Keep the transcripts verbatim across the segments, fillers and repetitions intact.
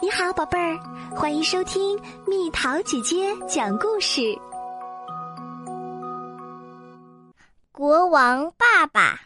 你好，宝贝儿，欢迎收听蜜桃姐姐讲故事。 国王爸爸。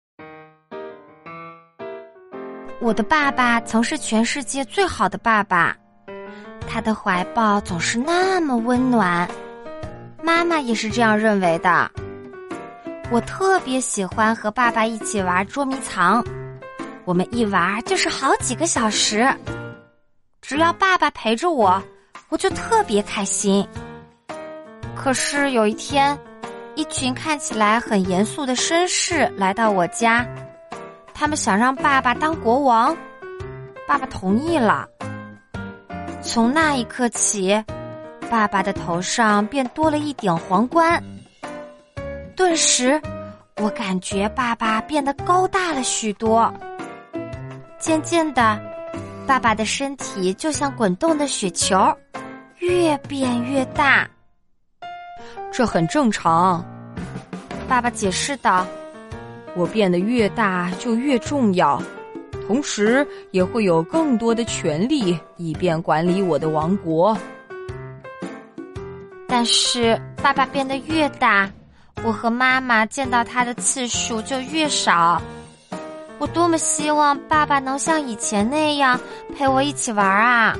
我的爸爸曾是全世界最好的爸爸，他的怀抱总是那么温暖，妈妈也是这样认为的。我特别喜欢和爸爸一起玩捉迷藏，我们一玩就是好几个小时，只要爸爸陪着我，我就特别开心。可是有一天，一群看起来很严肃的绅士来到我家，他们想让爸爸当国王，爸爸同意了。从那一刻起，爸爸的头上便多了一顶皇冠。顿时，我感觉爸爸变得高大了许多。渐渐的，爸爸的身体就像滚动的雪球，越变越大。 这很正常， 爸爸解释道。 我变得越大就越重要，同时也会有更多的权利，以便管理我的王国。 但是爸爸变得越大，我和妈妈见到他的次数就越少。我多么希望爸爸能像以前那样陪我一起玩啊！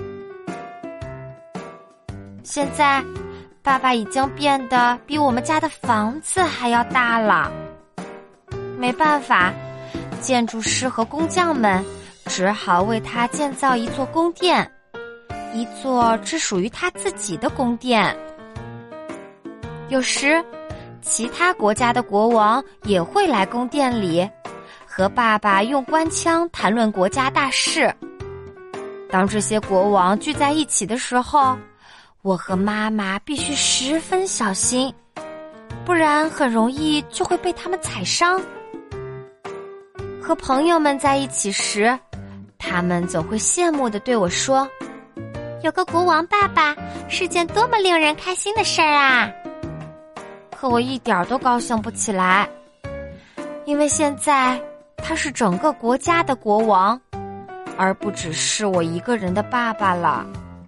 现在，爸爸已经变得比我们家的房子还要大了。没办法，建筑师和工匠们只好为他建造一座宫殿，一座只属于他自己的宫殿。有时，其他国家的国王也会来宫殿里，和爸爸用官腔谈论国家大事。当这些国王聚在一起的时候，我和妈妈必须十分小心，不然很容易就会被他们踩伤。和朋友们在一起时，他们总会羡慕地对我说：“ 有个国王爸爸是件多么令人开心的事儿啊！” 可我一点都高兴不起来，因为现在他是整个国家的国王，而不只是我一个人的爸爸了。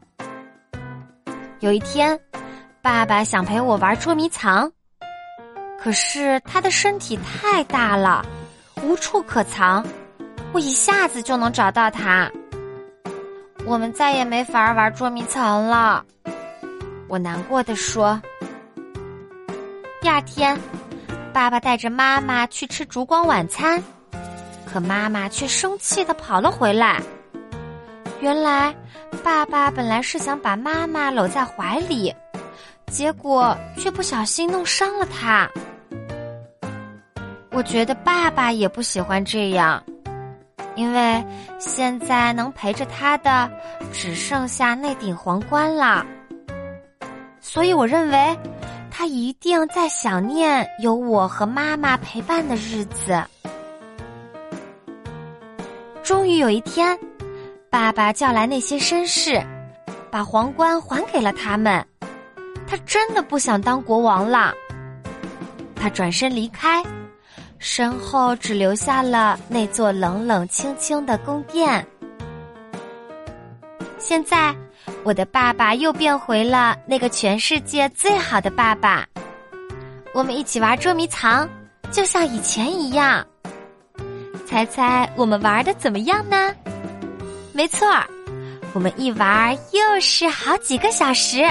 有一天，爸爸想陪我玩捉迷藏，可是他的身体太大了，无处可藏，我一下子就能找到他。我们再也没法玩捉迷藏了，我难过地说。第二天，爸爸带着妈妈去吃烛光晚餐，可妈妈却生气地跑了回来。原来，爸爸本来是想把妈妈搂在怀里，结果却不小心弄伤了她。我觉得爸爸也不喜欢这样，因为现在能陪着他的只剩下那顶皇冠了。所以我认为，他一定在想念有我和妈妈陪伴的日子。终于有一天，爸爸叫来那些绅士，把皇冠还给了他们。他真的不想当国王了。他转身离开，身后只留下了那座冷冷清清的宫殿。现在，我的爸爸又变回了那个全世界最好的爸爸。我们一起玩捉迷藏，就像以前一样。猜猜我们玩的怎么样呢？没错，我们一玩又是好几个小时。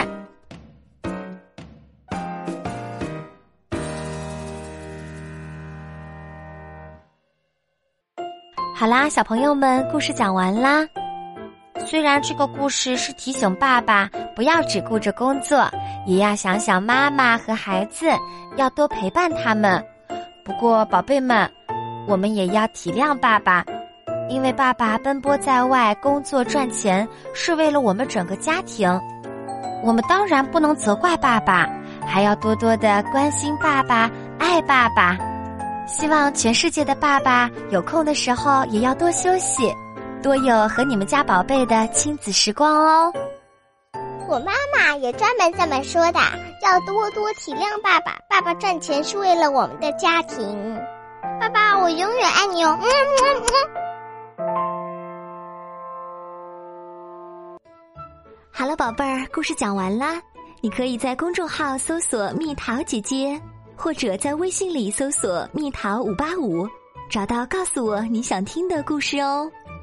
好啦，小朋友们，故事讲完啦。虽然这个故事是提醒爸爸不要只顾着工作，也要想想妈妈和孩子，要多陪伴他们。不过宝贝们，我们也要体谅爸爸，因为爸爸奔波在外工作赚钱，是为了我们整个家庭。我们当然不能责怪爸爸，还要多多的关心爸爸，爱爸爸。希望全世界的爸爸有空的时候也要多休息，多有和你们家宝贝的亲子时光哦。 我妈妈也专门这么说的，要多多体谅爸爸，爸爸赚钱是为了我们的家庭。爸爸，我永远爱你哦。嗯嗯嗯。 好了，宝贝儿，故事讲完啦。你可以在公众号搜索蜜桃姐姐，或者在微信里搜索蜜桃五八五，找到告诉我你想听的故事哦。